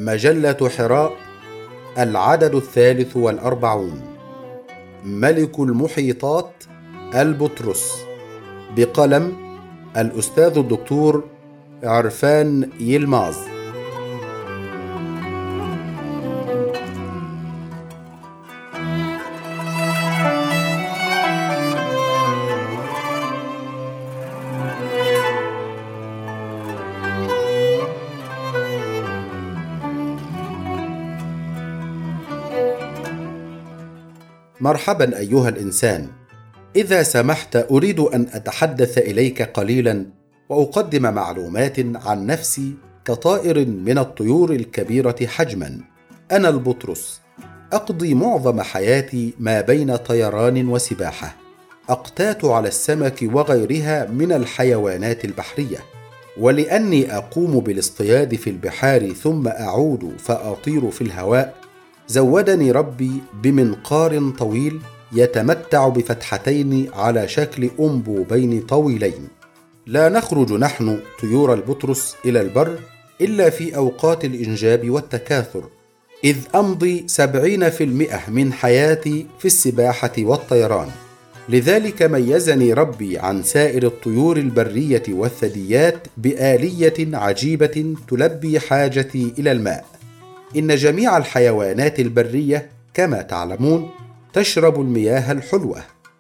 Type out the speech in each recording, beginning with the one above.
مجلة حراء، العدد 43، ملك المحيطات البطرس، بقلم الأستاذ الدكتور عرفان يلماز. مرحبا أيها الإنسان، إذا سمحت أريد أن أتحدث إليك قليلا وأقدم معلومات عن نفسي كطائر من الطيور الكبيرة حجما. أنا البطرس، أقضي معظم حياتي ما بين طيران وسباحة، أقتات على السمك وغيرها من الحيوانات البحرية. ولأني أقوم بالاصطياد في البحار ثم أعود فأطير في الهواء، زودني ربي بمنقار طويل يتمتع بفتحتين على شكل أنبوبين طويلين. لا نخرج نحن طيور البطرس إلى البر إلا في أوقات الإنجاب والتكاثر، إذ أمضي 70% من حياتي في السباحة والطيران. لذلك ميزني ربي عن سائر الطيور البرية والثدييات بآلية عجيبة تلبي حاجتي إلى الماء. إن جميع الحيوانات البرية كما تعلمون تشرب المياه الحلوة،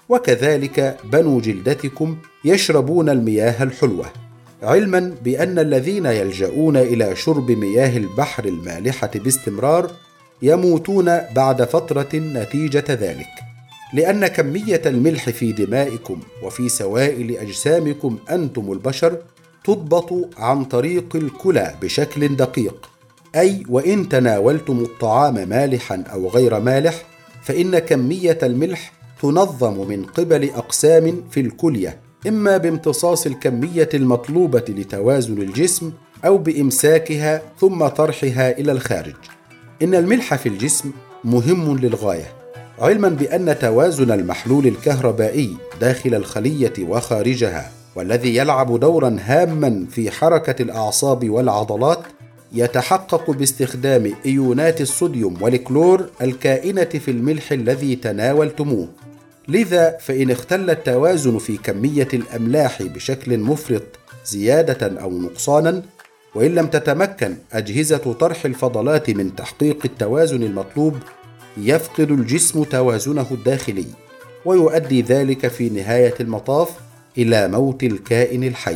وكذلك بنو جلدتكم يشربون المياه الحلوة، علما بأن الذين يلجؤون إلى شرب مياه البحر المالحة باستمرار يموتون بعد فترة نتيجة ذلك، لأن كمية الملح في دمائكم وفي سوائل أجسامكم أنتم البشر تضبط عن طريق الكلى بشكل دقيق، أي وإن تناولتم الطعام مالحا أو غير مالح فإن كمية الملح تنظم من قبل أقسام في الكلية، إما بامتصاص الكمية المطلوبة لتوازن الجسم أو بإمساكها ثم طرحها إلى الخارج. إن الملح في الجسم مهم للغاية، علما بأن توازن المحلول الكهربائي داخل الخلية وخارجها، والذي يلعب دورا هاما في حركة الأعصاب والعضلات، يتحقق باستخدام إيونات الصوديوم والكلور الكائنة في الملح الذي تناولتموه. لذا فإن اختل التوازن في كمية الأملاح بشكل مفرط زيادة أو نقصانا، وإن لم تتمكن أجهزة طرح الفضلات من تحقيق التوازن المطلوب، يفقد الجسم توازنه الداخلي، ويؤدي ذلك في نهاية المطاف إلى موت الكائن الحي.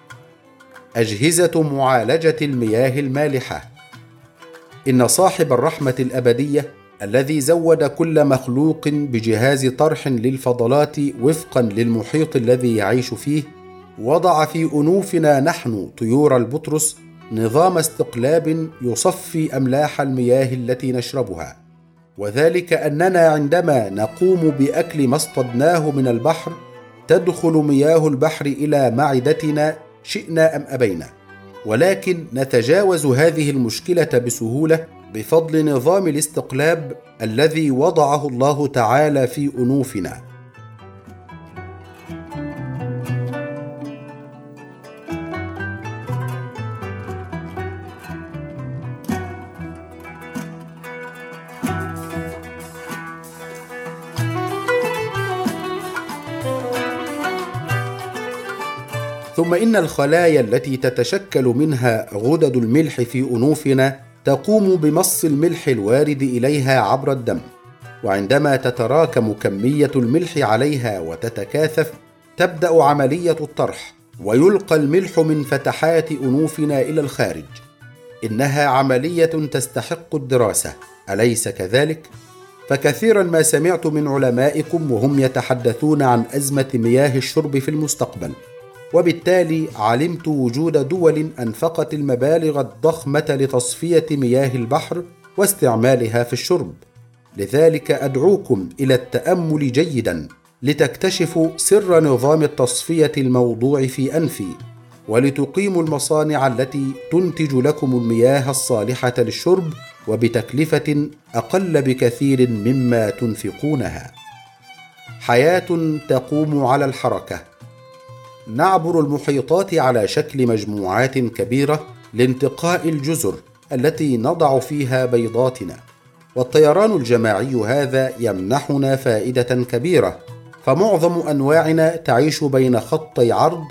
أجهزة معالجة المياه المالحة. إن صاحب الرحمة الأبدية الذي زود كل مخلوق بجهاز طرح للفضلات وفقا للمحيط الذي يعيش فيه، وضع في أنوفنا نحن طيور البطرس نظام استقلاب يصفي أملاح المياه التي نشربها، وذلك أننا عندما نقوم بأكل ما اصطدناه من البحر تدخل مياه البحر إلى معدتنا شئنا أم أبينا، ولكن نتجاوز هذه المشكلة بسهولة بفضل نظام الاستقلاب الذي وضعه الله تعالى في أنوفنا. ثم إن الخلايا التي تتشكل منها غدد الملح في أنوفنا تقوم بمص الملح الوارد إليها عبر الدم، وعندما تتراكم كمية الملح عليها وتتكاثف تبدأ عملية الطرح، ويلقى الملح من فتحات أنوفنا إلى الخارج. إنها عملية تستحق الدراسة، أليس كذلك؟ فكثيرا ما سمعت من علمائكم وهم يتحدثون عن أزمة مياه الشرب في المستقبل، وبالتالي علمت وجود دول أنفقت المبالغ الضخمة لتصفية مياه البحر واستعمالها في الشرب. لذلك أدعوكم إلى التأمل جيدا لتكتشفوا سر نظام التصفية الموضوع في أنفي، ولتقيموا المصانع التي تنتج لكم المياه الصالحة للشرب وبتكلفة أقل بكثير مما تنفقونها. حياة تقوم على الحركة. نعبر المحيطات على شكل مجموعات كبيرة لانتقاء الجزر التي نضع فيها بيضاتنا. والطيران الجماعي هذا يمنحنا فائدة كبيرة، فمعظم أنواعنا تعيش بين خطي عرض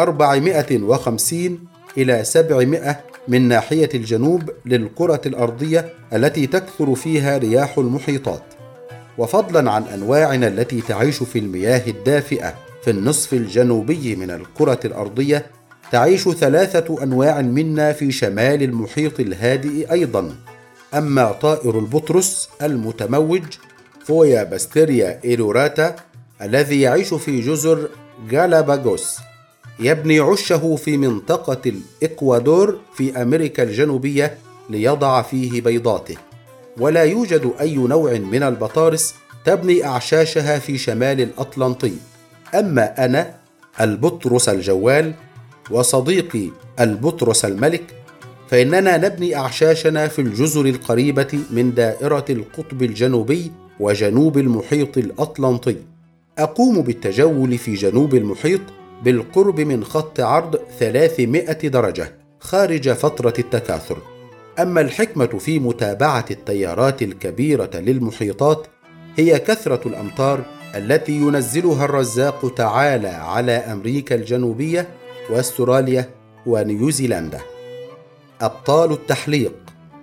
450 إلى 700 من ناحية الجنوب للكرة الأرضية التي تكثر فيها رياح المحيطات. وفضلا عن أنواعنا التي تعيش في المياه الدافئة في النصف الجنوبي من الكرة الأرضية، تعيش 3 أنواع منا في شمال المحيط الهادئ أيضا. أما طائر البطرس المتموج فويا باستيريا إيروراتا الذي يعيش في جزر جالاباغوس، يبني عشه في منطقة الإكوادور في أمريكا الجنوبية ليضع فيه بيضاته. ولا يوجد أي نوع من البطارس تبني أعشاشها في شمال الأطلنطي. أما أنا البطرس الجوال وصديقي البطرس الملك، فإننا نبني أعشاشنا في الجزر القريبة من دائرة القطب الجنوبي وجنوب المحيط الأطلنطي. أقوم بالتجول في جنوب المحيط بالقرب من خط عرض 300 درجة خارج فترة التكاثر. أما الحكمة في متابعة التيارات الكبيرة للمحيطات هي كثرة الأمطار التي ينزلها الرزاق تعالى على أمريكا الجنوبية وأستراليا ونيوزيلندا. أبطال التحليق.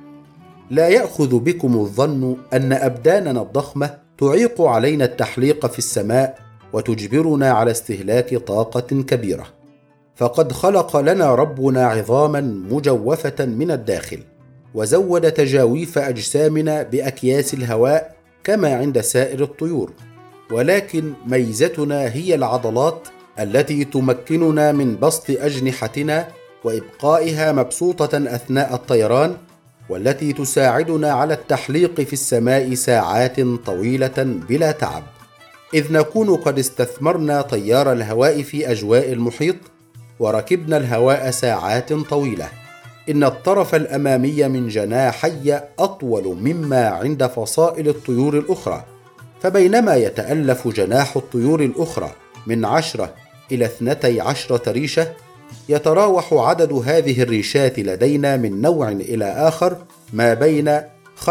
لا يأخذ بكم الظن أن أبداننا الضخمة تعيق علينا التحليق في السماء وتجبرنا على استهلاك طاقة كبيرة، فقد خلق لنا ربنا عظاما مجوفة من الداخل، وزود تجاويف أجسامنا بأكياس الهواء كما عند سائر الطيور، ولكن ميزتنا هي العضلات التي تمكننا من بسط أجنحتنا وإبقائها مبسوطة أثناء الطيران، والتي تساعدنا على التحليق في السماء ساعات طويلة بلا تعب، إذ نكون قد استثمرنا تيار الهواء في أجواء المحيط وركبنا الهواء ساعات طويلة. إن الطرف الأمامي من جناحي أطول مما عند فصائل الطيور الأخرى، فبينما يتألف جناح الطيور الأخرى من 10 إلى 12 ريشة، يتراوح عدد هذه الريشات لدينا من نوع إلى آخر ما بين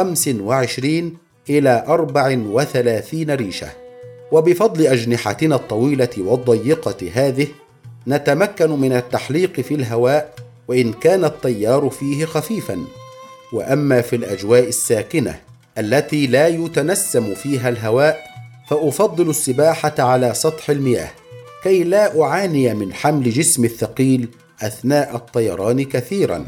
25 إلى 34 ريشة. وبفضل أجنحتنا الطويلة والضيقة هذه نتمكن من التحليق في الهواء وإن كان التيار فيه خفيفا. وأما في الأجواء الساكنة التي لا يتنسم فيها الهواء، فأفضل السباحة على سطح المياه كي لا أعاني من حمل جسمي الثقيل أثناء الطيران كثيرا.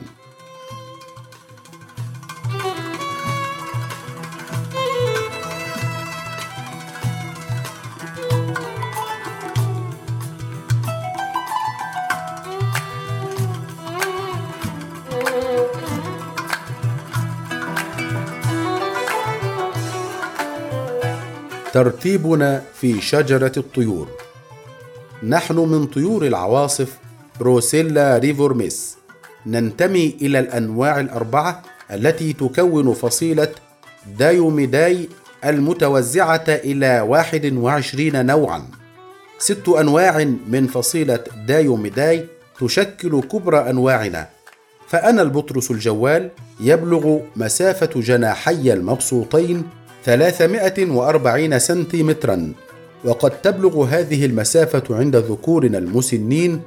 ترتيبنا في شجرة الطيور. نحن من طيور العواصف روسيلا ريفورميس، ننتمي إلى الأنواع الأربعة التي تكون فصيلة دايوميداي المتوزعة إلى 21 نوعا. 6 أنواع من فصيلة دايوميداي تشكل كبرى أنواعنا. فأنا البطرس الجوال يبلغ مسافة جناحي المبسوطين 340 سنتيمترا، وقد تبلغ هذه المسافة عند ذكورنا المسنين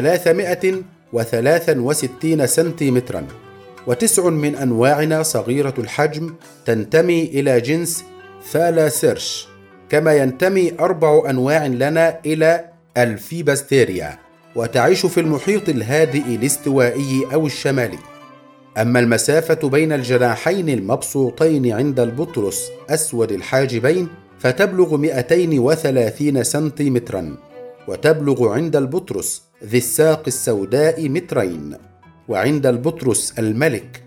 363 سنتيمترا. و9 من أنواعنا صغيرة الحجم تنتمي إلى جنس ثالاسيرش، كما ينتمي 4 أنواع لنا إلى الفيباستيريا، وتعيش في المحيط الهادئ الاستوائي أو الشمالي. أما المسافة بين الجناحين المبسوطين عند البطرس أسود الحاجبين فتبلغ 230 سنتيمترا، وتبلغ عند البطرس ذي الساق السوداء 2 وعند البطرس الملك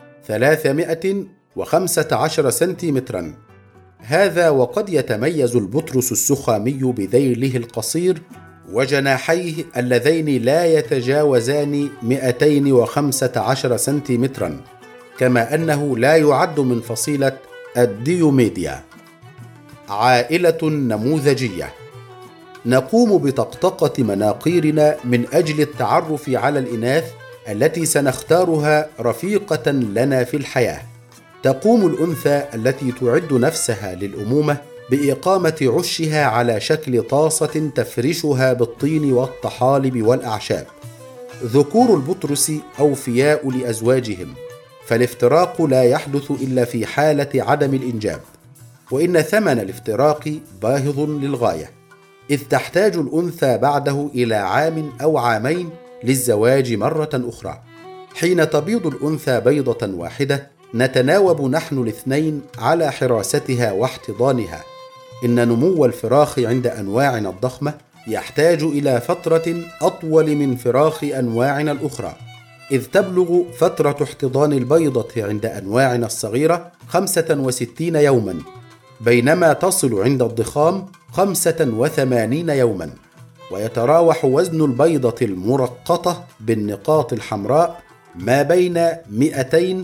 315 سنتيمترا. هذا وقد يتميز البطرس السخامي بذيله القصير وجناحيه اللذين لا يتجاوزان 215 سنتيمترا، كما أنه لا يعد من فصيلة الديوميديا. عائلة نموذجية. نقوم بطقطقة مناقيرنا من أجل التعرف على الإناث التي سنختارها رفيقة لنا في الحياة. تقوم الأنثى التي تعد نفسها للأمومة بإقامة عشها على شكل طاسة تفرشها بالطين والطحالب والأعشاب. ذكور البطرس أوفياء لأزواجهم، فالافتراق لا يحدث إلا في حالة عدم الإنجاب، وإن ثمن الافتراق باهظ للغاية، إذ تحتاج الأنثى بعده إلى عام أو عامين للزواج مرة أخرى. حين تبيض الأنثى بيضة واحدة نتناوب نحن الاثنين على حراستها واحتضانها. إن نمو الفراخ عند أنواعنا الضخمة يحتاج إلى فترة أطول من فراخ أنواعنا الأخرى، إذ تبلغ فترة احتضان البيضة عند أنواعنا الصغيرة 65 يوما، بينما تصل عند الضخام 85 يوما. ويتراوح وزن البيضة المرقطة بالنقاط الحمراء ما بين 200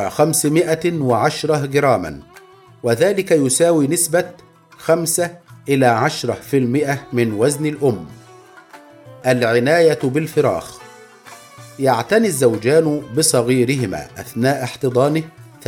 و510 جراما، وذلك يساوي نسبة 5 إلى 10% من وزن الأم. العناية بالفراخ: يعتني الزوجان بصغيرهما أثناء احتضانه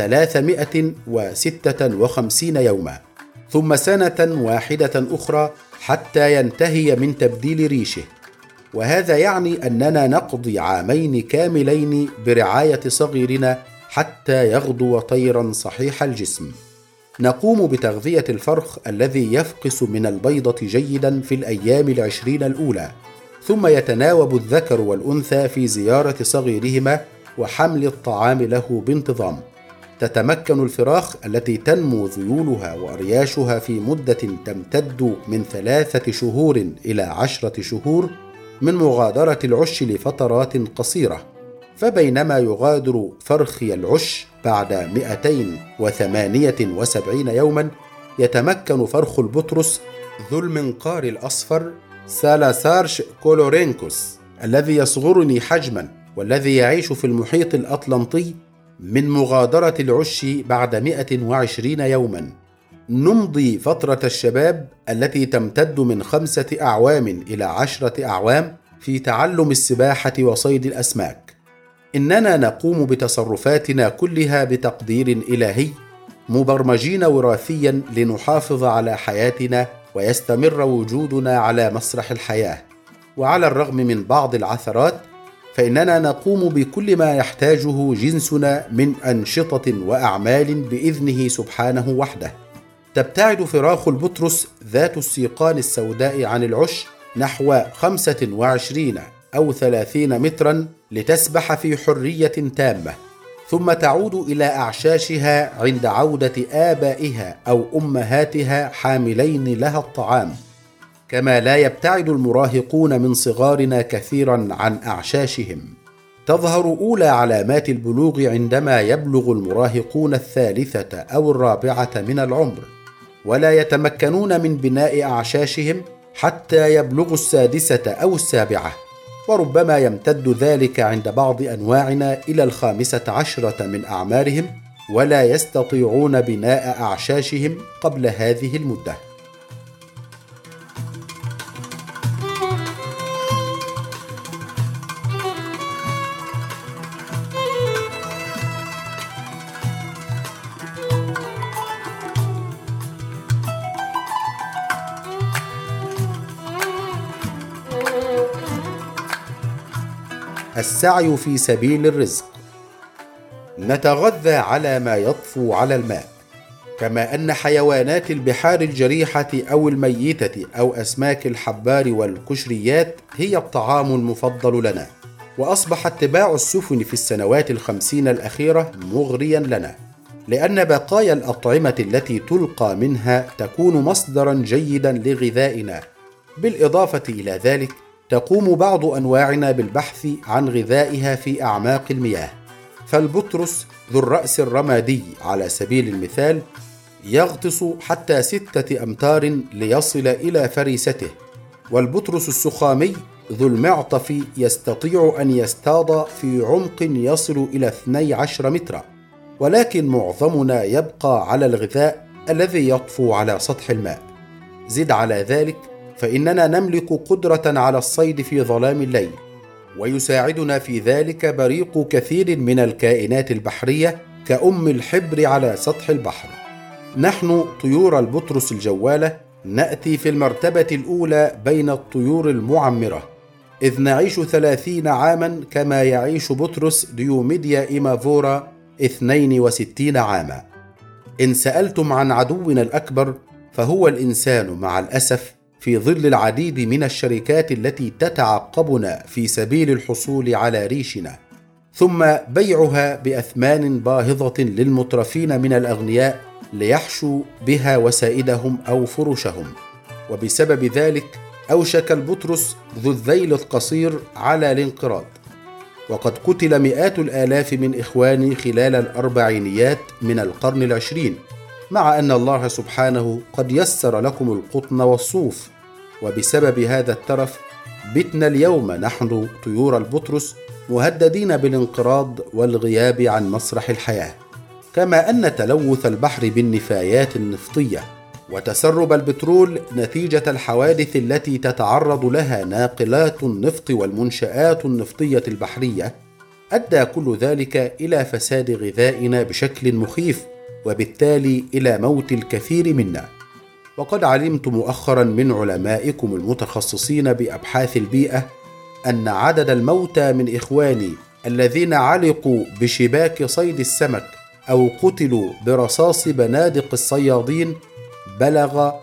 356 يوما، ثم سنة واحدة أخرى حتى ينتهي من تبديل ريشه، وهذا يعني أننا نقضي عامين كاملين برعاية صغيرنا حتى يغدو طيرا صحيح الجسم. نقوم بتغذية الفرخ الذي يفقس من البيضة جيدا في الأيام 20 الأولى، ثم يتناوب الذكر والأنثى في زيارة صغيرهما وحمل الطعام له بانتظام. تتمكن الفراخ التي تنمو ذيولها وأرياشها في مدة تمتد من 3 شهور إلى 10 شهور من مغادرة العش لفترات قصيرة، فبينما يغادر فرخي العش بعد 278 يوما، يتمكن فرخ البطرس ذو المنقار الأصفر سالاسارش كولورينكوس الذي يصغرني حجما والذي يعيش في المحيط الأطلنطي من مغادرة العش بعد 120 يوما. نمضي فترة الشباب التي تمتد من 5 أعوام إلى 10 أعوام في تعلم السباحة وصيد الأسماك. إننا نقوم بتصرفاتنا كلها بتقدير إلهي، مبرمجين وراثيا لنحافظ على حياتنا ويستمر وجودنا على مسرح الحياة. وعلى الرغم من بعض العثرات، فإننا نقوم بكل ما يحتاجه جنسنا من أنشطة وأعمال بإذنه سبحانه وحده. تبتعد فراخ البطرس ذات السيقان السوداء عن العش نحو 25 أو 30 مترا لتسبح في حرية تامة، ثم تعود إلى أعشاشها عند عودة آبائها أو أمهاتها حاملين لها الطعام. كما لا يبتعد المراهقون من صغارنا كثيرا عن أعشاشهم. تظهر أولى علامات البلوغ عندما يبلغ المراهقون 3 أو 4 من العمر، ولا يتمكنون من بناء أعشاشهم حتى يبلغوا 6 أو 7، وربما يمتد ذلك عند بعض أنواعنا إلى 15 من أعمارهم، ولا يستطيعون بناء أعشاشهم قبل هذه المدة. السعي في سبيل الرزق: نتغذى على ما يطفو على الماء، كما أن حيوانات البحار الجريحة أو الميتة أو أسماك الحبار والقشريات هي الطعام المفضل لنا. وأصبح اتباع السفن في السنوات 50 الأخيرة مغريا لنا، لأن بقايا الأطعمة التي تلقى منها تكون مصدرا جيدا لغذائنا. بالإضافة إلى ذلك، تقوم بعض أنواعنا بالبحث عن غذائها في أعماق المياه. فالبطرس ذو الرأس الرمادي على سبيل المثال يغطس حتى 6 أمتار ليصل إلى فريسته، والبطرس السخامي ذو المعطف يستطيع أن يصطاد في عمق يصل إلى 12 مترا، ولكن معظمنا يبقى على الغذاء الذي يطفو على سطح الماء. زد على ذلك فإننا نملك قدرة على الصيد في ظلام الليل، ويساعدنا في ذلك بريق كثير من الكائنات البحرية كأم الحبر على سطح البحر. نحن طيور البطرس الجوالة نأتي في المرتبة الأولى بين الطيور المعمرة، إذ نعيش 30 عاما كما يعيش بطرس ديوميديا إيمافورا 62 عاما. إن سألتم عن عدونا الأكبر فهو الإنسان مع الأسف، في ظل العديد من الشركات التي تتعقبنا في سبيل الحصول على ريشنا، ثم بيعها بأثمان باهظة للمترفين من الأغنياء ليحشوا بها وسائدهم أو فرشهم. وبسبب ذلك أوشك البطرس ذو الذيل القصير على الانقراض. وقد قتل مئات الآلاف من إخواني خلال الأربعينيات من القرن العشرين، مع أن الله سبحانه قد يسر لكم القطن والصوف. وبسبب هذا الترف بتنا اليوم نحن طيور البطرس مهددين بالانقراض والغياب عن مسرح الحياة. كما أن تلوث البحر بالنفايات النفطية وتسرب البترول نتيجة الحوادث التي تتعرض لها ناقلات النفط والمنشآت النفطية البحرية أدى كل ذلك إلى فساد غذائنا بشكل مخيف، وبالتالي إلى موت الكثير منا. وقد علمت مؤخرا من علمائكم المتخصصين بأبحاث البيئة أن عدد الموتى من إخواني الذين علقوا بشباك صيد السمك أو قتلوا برصاص بنادق الصيادين بلغ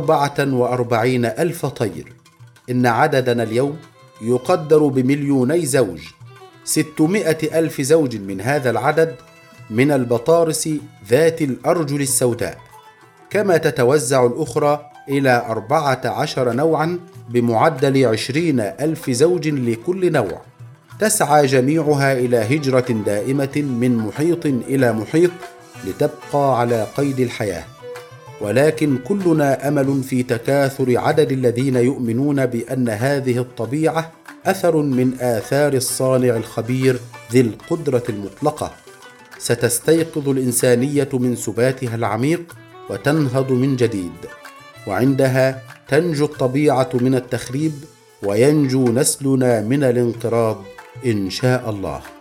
44,000 طير. إن عددنا اليوم يقدر ب2,000,000 زوج. 600,000 زوج من هذا العدد من البطارس ذات الأرجل السوداء، كما تتوزع الأخرى إلى 14 نوعا بمعدل 20,000 زوج لكل نوع، تسعى جميعها إلى هجرة دائمة من محيط إلى محيط لتبقى على قيد الحياة. ولكن كلنا أمل في تكاثر عدد الذين يؤمنون بأن هذه الطبيعة أثر من آثار الصانع الخبير ذي القدرة المطلقة. ستستيقظ الإنسانية من سباتها العميق وتنهض من جديد، وعندها تنجو الطبيعة من التخريب وينجو نسلنا من الانقراض إن شاء الله.